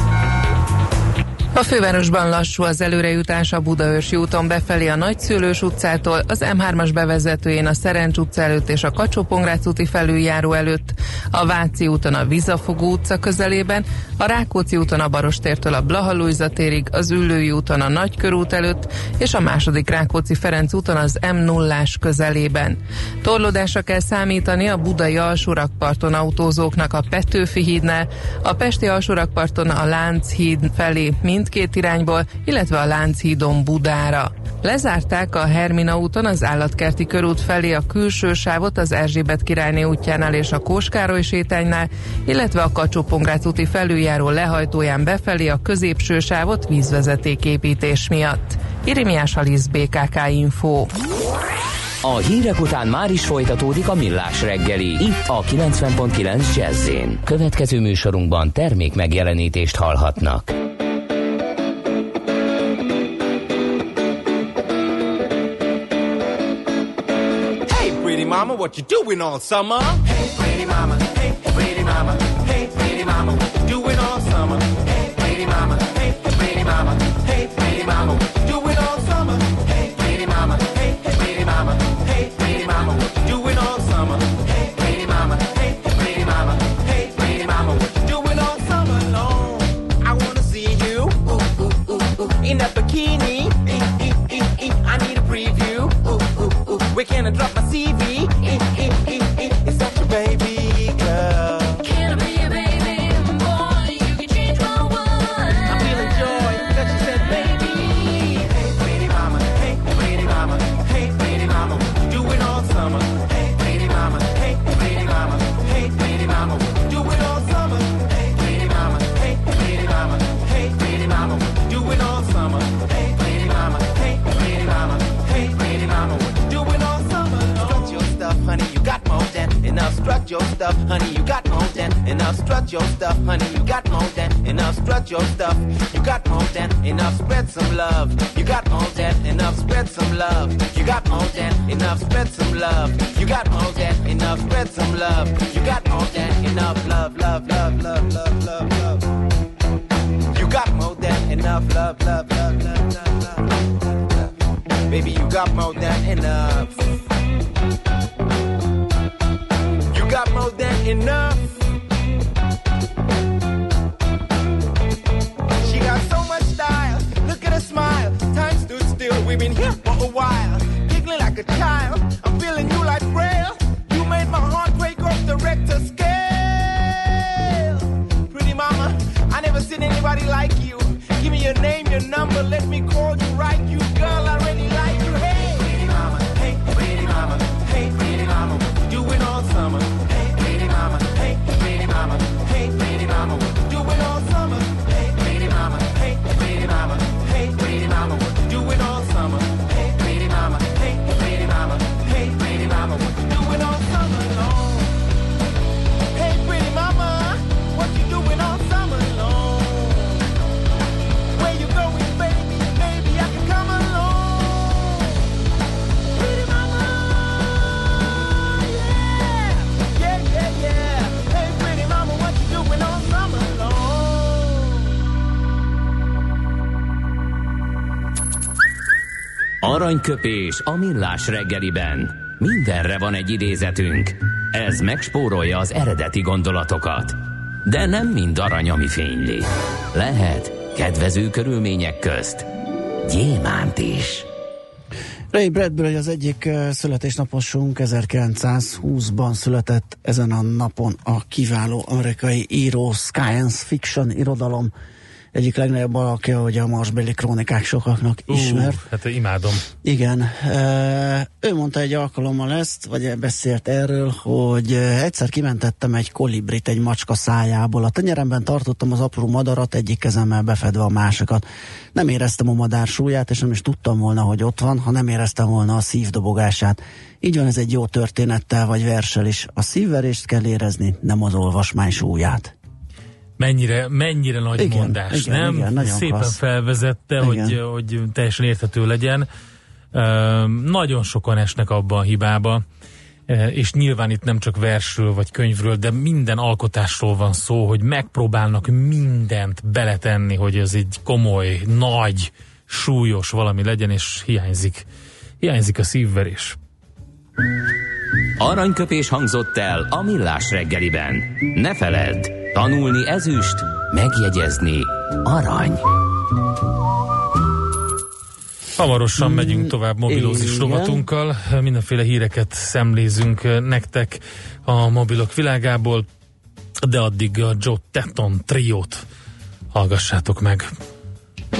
Speaker 7: A fővárosban lassú az előrejutás a Budaörsi úton befelé a Nagyszőlős utcától, az M3-as bevezetőjén a Szerencs utca előtt és a Kacsó-Pongrác úti felüljáró előtt, a Váci úton a Vizafogó utca közelében, a Rákóczi úton a Barostértől a Blaha Lujza térig, az Üllői úton a Nagykörút előtt és a második Rákóczi-Ferenc úton az M0-ás közelében. Torlódásra kell számítani a budai alsórakparton autózóknak a Petőfi hídnál, a pesti alsórakparton a Lánchíd felé mindkét mindkét irányból, illetve a Lánchídon Budára. Lezárták a Hermina úton az Állatkerti körút felé a külső sávot az Erzsébet királyné útjánál és a Kós-Károly sétánynál, illetve a Kacsó-Pongrác úti felüljáró lehajtóján befelé a középső sávot vízvezetéképítés miatt. Irimiás Alisz, BKK Info.
Speaker 1: A hírek után már is folytatódik a Millás reggeli, itt a 90.9 Jazz-én. Következő műsorunkban termék megjelenítést hallhatnak.
Speaker 8: Hey pretty mama, what you doing all summer? Hey pretty mama, hey pretty mama, hey pretty mama, what you doing all summer? Hey pretty mama, hey pretty mama, hey pretty mama, what you doing all summer? Hey pretty mama, hey pretty mama, hey pretty mama, what you doing all summer? Hey pretty mama, hey pretty mama, hey pretty mama, what you doing all summer long? I wanna see you in that bikini. I need a preview. Where can I drop my CV? It's such a baby girl.
Speaker 5: Can I be a baby boy? You can change my world.
Speaker 8: I'm feeling joy that she said baby. Hey pretty mama, hey pretty mama, hey pretty mama, what you doing all summer? Hey pretty mama, hey pretty mama, hey pretty mama, what you doing all summer? Hey pretty mama, hey pretty mama, hey pretty mama, what you doing all summer? Hey pretty mama, hey pretty mama, hey pretty mama, what you doing all summer? Strut your stuff, honey, you got more than enough. Strut your stuff, honey, you got more than enough. Strut your stuff, honey, you got more than enough. Strut your stuff, you got more than enough. Spread some love, you got more than enough. Spread some love, you got more than enough. Spread some love, you got more than enough. Spread some love, you got more than enough. Love, love, love, love, love, love, love. You got more than enough. Love, love, love, love, love, love. Baby, you got more than enough. You got more than enough. She got so much style. Look at her smile. Time stood still. We've been here for a while. Giggling like a child. I'm feeling you like Braille. You made my heart break off the Richter scale. Pretty mama, I never seen anybody like you. Give me your name, your number. Let me call you right. You girl, I really like you. Hey, pretty mama. Hey, pretty mama. Hey, pretty mama. What you doing all summer? Hey, pretty mama. Hey, pretty mama. Hey, pretty mama. What you doing all summer? Hey, pretty mama. Hey, pretty mama. Hey, pretty mama. What you doing all summer? Hey, pretty mama. Hey, pretty mama. Hey, pretty mama. What you doing all summer long? Hey, pretty mama. What you doing all summer long? Where you going, baby? Baby, I can come along. Pretty mama, yeah, yeah, yeah, yeah. Hey, pretty mama, what you doing all summer long?
Speaker 1: Aranyköpés a Millás reggeliben. Mindenre van egy idézetünk. Ez megspórolja az eredeti gondolatokat. De nem mind arany, ami fényli. Lehet kedvező körülmények közt gyémánt is.
Speaker 2: Ray Bradbury az egyik születésnaposunk, 1920-ban született ezen a napon a kiváló amerikai író, science fiction irodalom egyik legnagyobb alakja, hogy a marsbéli krónikák sokaknak ismert.
Speaker 3: Hát imádom.
Speaker 2: Igen. Ő mondta egy alkalommal ezt, vagy beszélt erről, hogy egyszer kimentettem egy kolibrit egy macska szájából. A tenyeremben tartottam az apró madarat, egyik kezemmel befedve a másikat. Nem éreztem a madár súlyát, és nem is tudtam volna, hogy ott van, ha nem éreztem volna a szívdobogását. Így van ez egy jó történettel, vagy verssel is. A szívverést kell érezni, nem az olvasmány súlyát.
Speaker 3: Mennyire nagy
Speaker 2: igen,
Speaker 3: mondás,
Speaker 2: igen,
Speaker 3: nem?
Speaker 2: Igen,
Speaker 3: szépen
Speaker 2: klassz.
Speaker 3: felvezette, hogy teljesen érthető legyen. Nagyon sokan esnek abba a hibába, és nyilván itt nem csak versről vagy könyvről, de minden alkotásról van szó, hogy megpróbálnak mindent beletenni, hogy ez egy komoly, nagy, súlyos valami legyen, és hiányzik a szívverés.
Speaker 1: Aranyköpés hangzott el a Millás reggeliben. Ne feledd, tanulni ezüst, megjegyezni arany.
Speaker 3: Hamarosan megyünk tovább mobilózis rovatunkkal. Mindenféle híreket szemlézünk nektek a mobilok világából, de addig a Joe Tetton triót hallgassátok meg.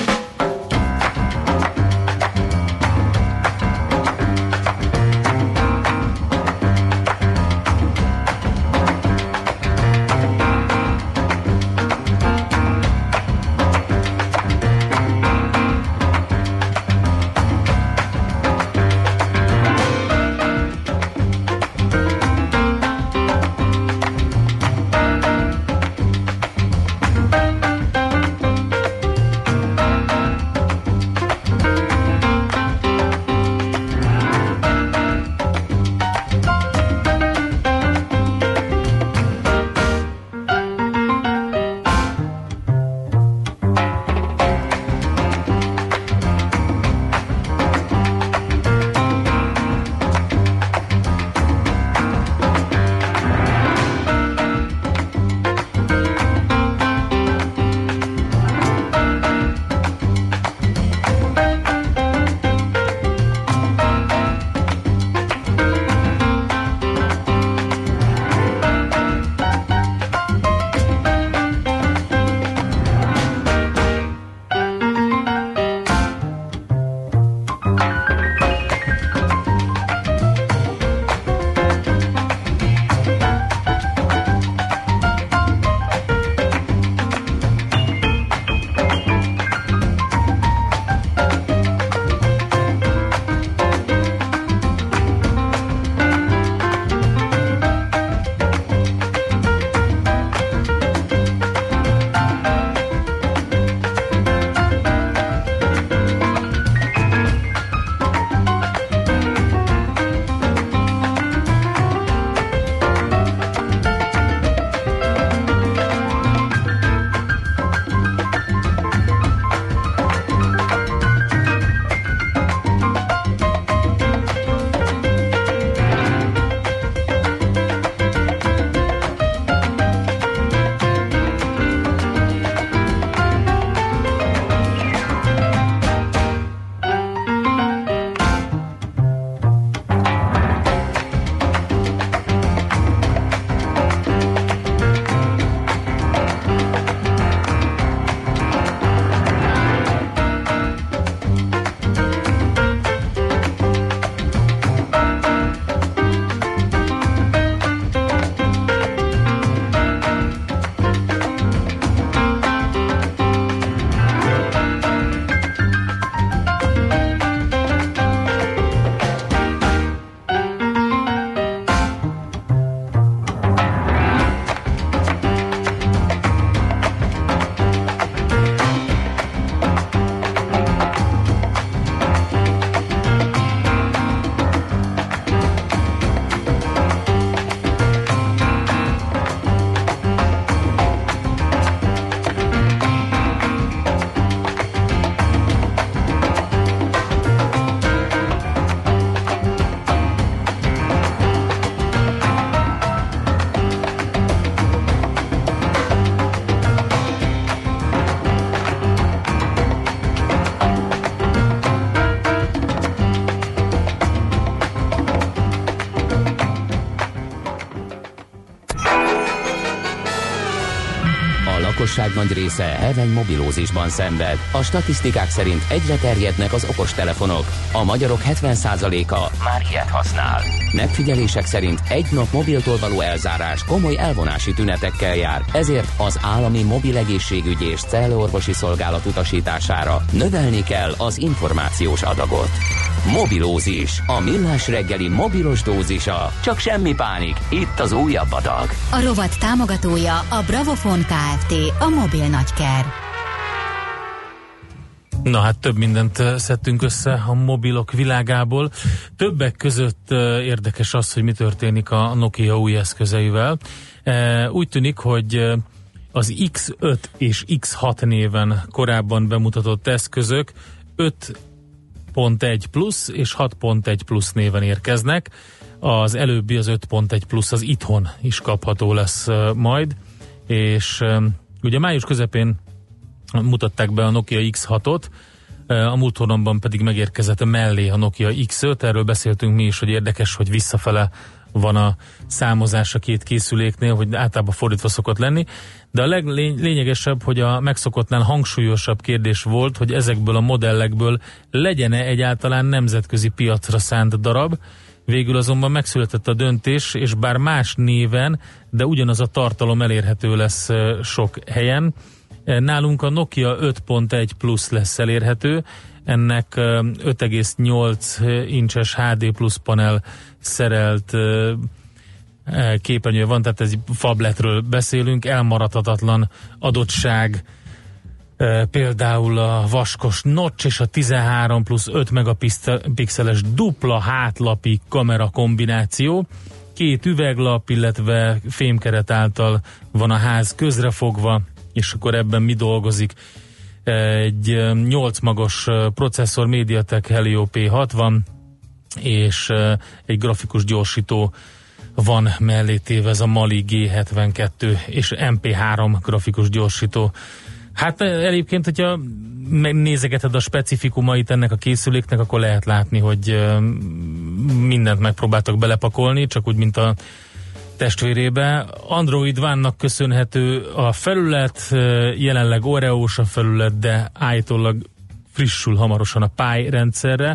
Speaker 1: lakosság nagy része heveny mobilózisban szenved. A statisztikák szerint egyre terjednek az okostelefonok. A magyarok 70%-a már ilyet használ. Megfigyelések szerint egy nap mobiltól való elzárás komoly elvonási tünetekkel jár, ezért az állami mobil egészségügyi és cellorvosi szolgálat utasítására növelni kell az információs adagot. Mobilózis, a millás reggeli mobilos dózisa. Csak semmi pánik, itt az újabb adag.
Speaker 9: A rovat támogatója a Bravofon Kft. A mobil nagyker.
Speaker 3: Na hát több mindent szedtünk össze a mobilok világából. Többek között érdekes az, hogy mi történik a Nokia új eszközeivel. Úgy tűnik, hogy az X5 és X6 néven korábban bemutatott eszközök 5.1 plusz és 6.1 plusz néven érkeznek. Az előbbi, az 5.1 plusz az itthon is kapható lesz majd, és ugye május közepén mutatták be a Nokia X6-ot, a múlt hónapban pedig megérkezett mellé a Nokia X5, erről beszéltünk mi is, hogy érdekes, hogy visszafele van a számozás a két készüléknél, hogy általában fordítva szokott lenni, de a leglényegesebb, hogy a megszokottnál hangsúlyosabb kérdés volt, hogy ezekből a modellekből legyen-e egyáltalán nemzetközi piacra szánt darab. Végül azonban megszületett a döntés, és bár más néven, de ugyanaz a tartalom elérhető lesz sok helyen. Nálunk a Nokia 5.1 Plus lesz elérhető, ennek 5,8 incses HD Plus panel szerelt képernyő van, tehát ez phabletről beszélünk, elmaradhatatlan adottság, például a vaskos notch és a 13 plusz 5 megapixeles dupla hátlapi kamera kombináció, 2 üveglap, illetve fémkeret által van a ház közrefogva, és akkor ebben mi dolgozik? Egy 8 magos processzor, MediaTek Helio P60, és egy grafikus gyorsító van mellé téve, ez a Mali G72 és MP3 grafikus gyorsító. Hát egyébként, hogyha nézegeted a specifikumait ennek a készüléknek, akkor lehet látni, hogy mindent megpróbáltak belepakolni, csak úgy, mint a testvérébe. Android One-nak köszönhető a felület, jelenleg Oreós a felület, de állítólag frissül hamarosan a Pi rendszerre,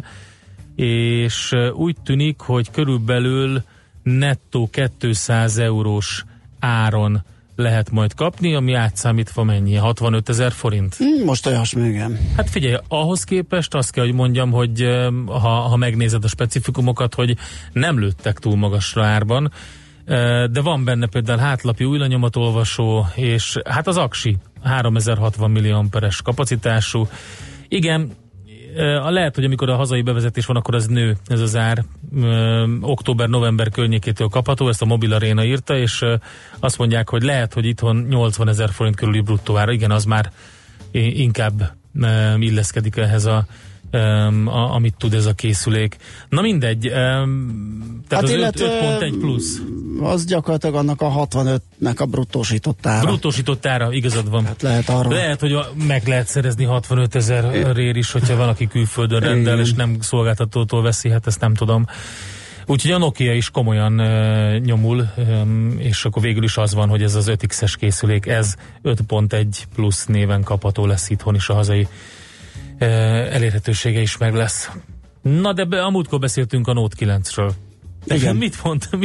Speaker 3: és úgy tűnik, hogy körülbelül nettó 200 eurós áron lehet majd kapni, ami átszámítva mennyi? 65 000 forint?
Speaker 2: Most olyasmi, igen.
Speaker 3: Hát figyelj, ahhoz képest azt kell, hogy mondjam, hogy ha megnézed a specifikumokat, hogy nem lőttek túl magasra árban, de van benne például hátlapi újranyomatolvasó, és hát az aksi 3060 mAh-es kapacitású. Igen, lehet, hogy amikor a hazai bevezetés van, akkor az nő ez az ár. Október-november környékétől kapható, ezt a Mobil Arena írta, és azt mondják, hogy lehet, hogy itthon 80 000 forint körüli bruttó ára. Igen, az már inkább illeszkedik ehhez amit tud ez a készülék. Na mindegy, tehát hát az 5.1 plusz.
Speaker 2: Az gyakorlatilag annak a 65-nek a bruttósított ára.
Speaker 3: Bruttósított ára, igazad van.
Speaker 2: Hát lehet arra.
Speaker 3: Lehet, hogy meg lehet szerezni 65 000 rér is, hogyha valaki külföldön rendel, és nem szolgáltatótól veszi, hát ezt nem tudom. Úgyhogy a Nokia is komolyan nyomul, és akkor végül is az van, hogy ez az 5X-es készülék, ez 5.1 plusz néven kapható lesz itthon is, a hazai elérhetősége is meg lesz. Na de a múltkor beszéltünk a Note 9-ről.
Speaker 2: Igen.
Speaker 3: Mit mondtam?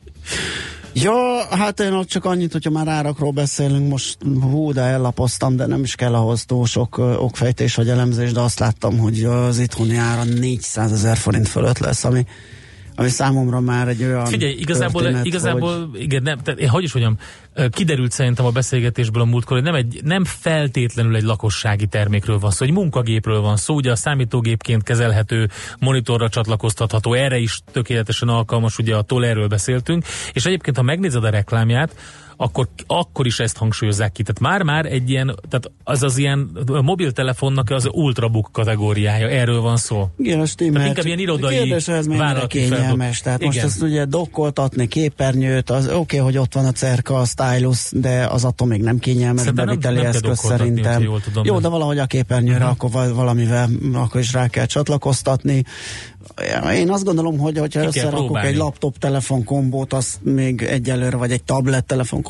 Speaker 2: Ja, hát én ott csak annyit, hogyha már árakról beszélünk, most de ellapoztam, de nem is kell ahhoz túl sok okfejtés vagy elemzés, de azt láttam, hogy az itthoni ára 400 000 forint fölött lesz, ami számomra már egy olyan
Speaker 3: Figyelj, igazából hogy... igen, nem, tehát, hogy is mondjam, kiderült szerintem a beszélgetésből a múltkor, hogy nem feltétlenül egy lakossági termékről van szó, egy munkagépről van szó, ugye a számítógépként kezelhető, monitorra csatlakoztatható, erre is tökéletesen alkalmas, ugye a Tolerről beszéltünk, és egyébként, ha megnézed a reklámját, akkor is ezt hangsúlyozzák ki. Tehát már egy ilyen, tehát az ilyen mobiltelefonnak az ultrabook kategóriája, erről van szó.
Speaker 2: Igen,
Speaker 3: tehát inkább ilyen irodai vállalati
Speaker 2: kényelmes. Tehát igen. Most ezt ugye dokkoltatni, képernyőt, az oké, hogy ott van a cerka, a stylus, de az attól még nem kényelmes beviteli eszköz szerintem. Jó, de valahogy a képernyőre akkor valamivel akkor is rá kell csatlakoztatni. Én azt gondolom, hogy ha összerakok egy laptop-telefon kombót, azt még egyelőre, vagy egy tablet-telefon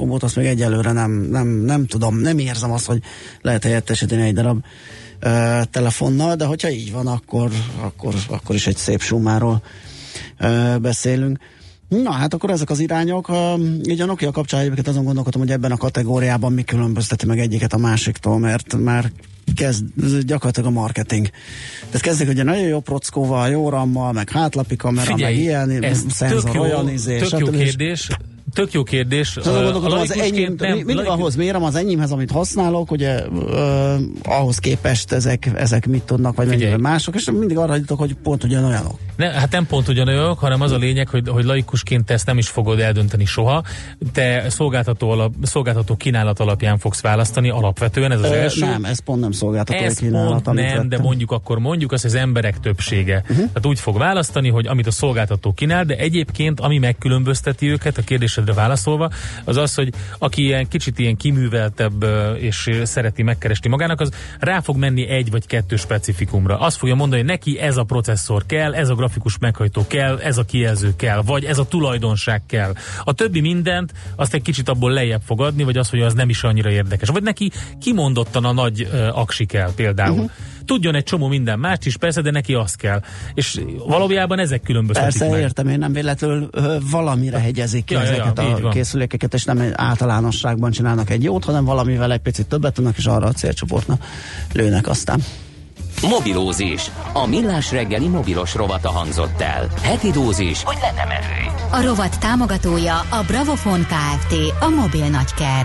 Speaker 2: kombót azt még egyelőre nem tudom, nem érzem azt, hogy lehet helyettesíteni egy darab telefonnal, de hogyha így van, akkor is egy szép summáról beszélünk. Na hát akkor ezek az irányok. Így a Nokia kapcsán egyébként azon gondolkodom, hogy ebben a kategóriában mi különbözteti meg egyiket a másiktól, mert már kezd gyakorlatilag a marketing. Tehát kezdik ugye nagyon jó prockóval, jó rammal, meg hátlapi kamera,
Speaker 3: figyelj,
Speaker 2: meg ilyen szenzor, olyan izés.
Speaker 3: Tök jó kérdés.
Speaker 2: Mindig ahhoz mérem az enyémhez, amit használok, ugye ahhoz képest ezek mit tudnak, vagy mennyivel mások, és mindig arra jutok, hogy pont ugyanolyanok.
Speaker 3: Hát nem pont ugyanolyanok, hanem az a lényeg, hogy laikusként te ezt nem is fogod eldönteni soha. Te szolgáltató kínálat alapján fogsz választani alapvetően, ez az első.
Speaker 2: Nem, ez pont nem szolgáltató kínálat.
Speaker 3: Nem, de mondjuk azt, az emberek többsége. Tehát úgy fog választani, hogy amit a szolgáltató kínál, de egyébként ami megkülönbözteti őket, a kérdésedre válaszolva, az, hogy aki ilyen kicsit ilyen kiműveltebb és szereti megkeresni magának, az rá fog menni egy vagy kettő specifikumra. Azt fogja mondani, hogy neki ez a processzor kell, ez a grafikus meghajtó kell, ez a kijelző kell, vagy ez a tulajdonság kell. A többi mindent azt egy kicsit abból lejjebb fog adni, vagy az, hogy az nem is annyira érdekes. Vagy neki kimondottan a nagy aksi kell például. Tudjon egy csomó minden mást is, persze, de neki az kell. És valójában ezek különböztetik meg.
Speaker 2: Persze, értem, én nem véletlenül valamire hegyezik ki ezeket a készülékeket, és nem általánosságban csinálnak egy jót, hanem valamivel egy picit többet tudnak, és arra a célcsoportnak lőnek aztán.
Speaker 1: Mobilózis. A Millás reggeli mobilos rovata hangzott el. Heti dózis, hogy lenne merő.
Speaker 9: A rovat támogatója a Bravofon Kft. A mobil nagyker.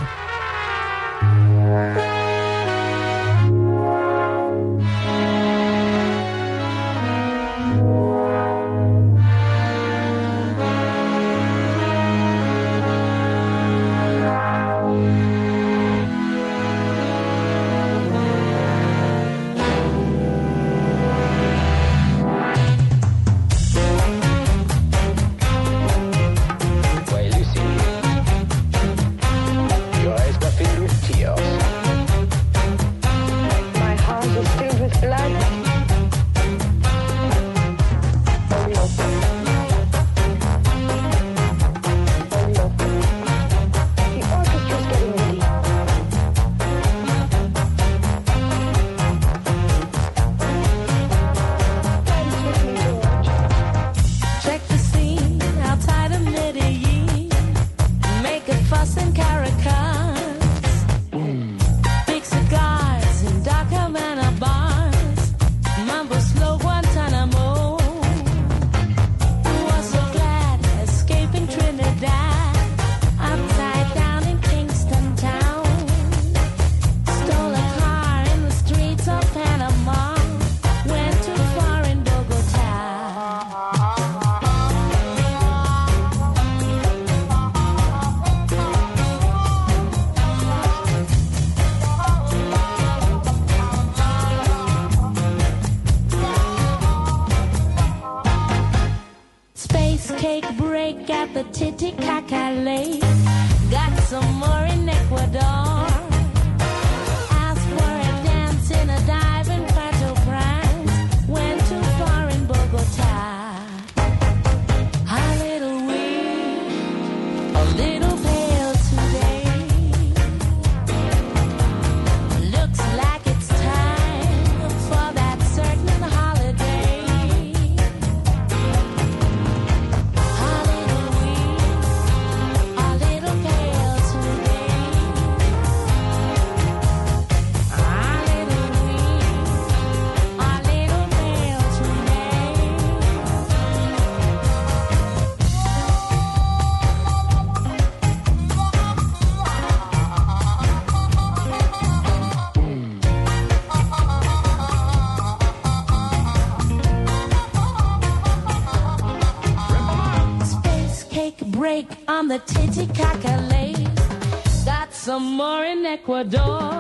Speaker 5: On the Titicaca Lake, got some more in Ecuador.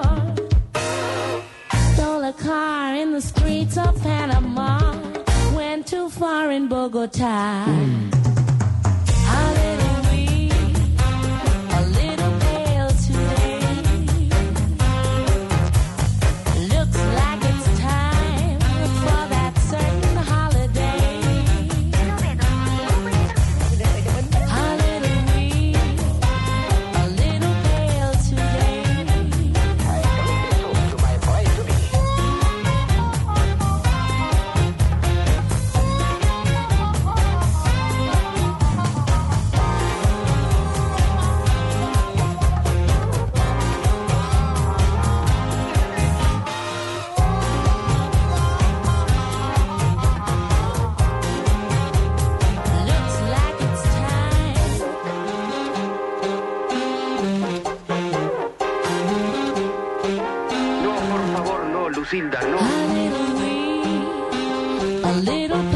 Speaker 5: Stole a car in the streets of Panama. Went too far in Bogota. A little weak, a little pale today. Looks like it's time for that certain holiday. A little weak, a little
Speaker 10: Lucinda, no.
Speaker 5: A little weak, a little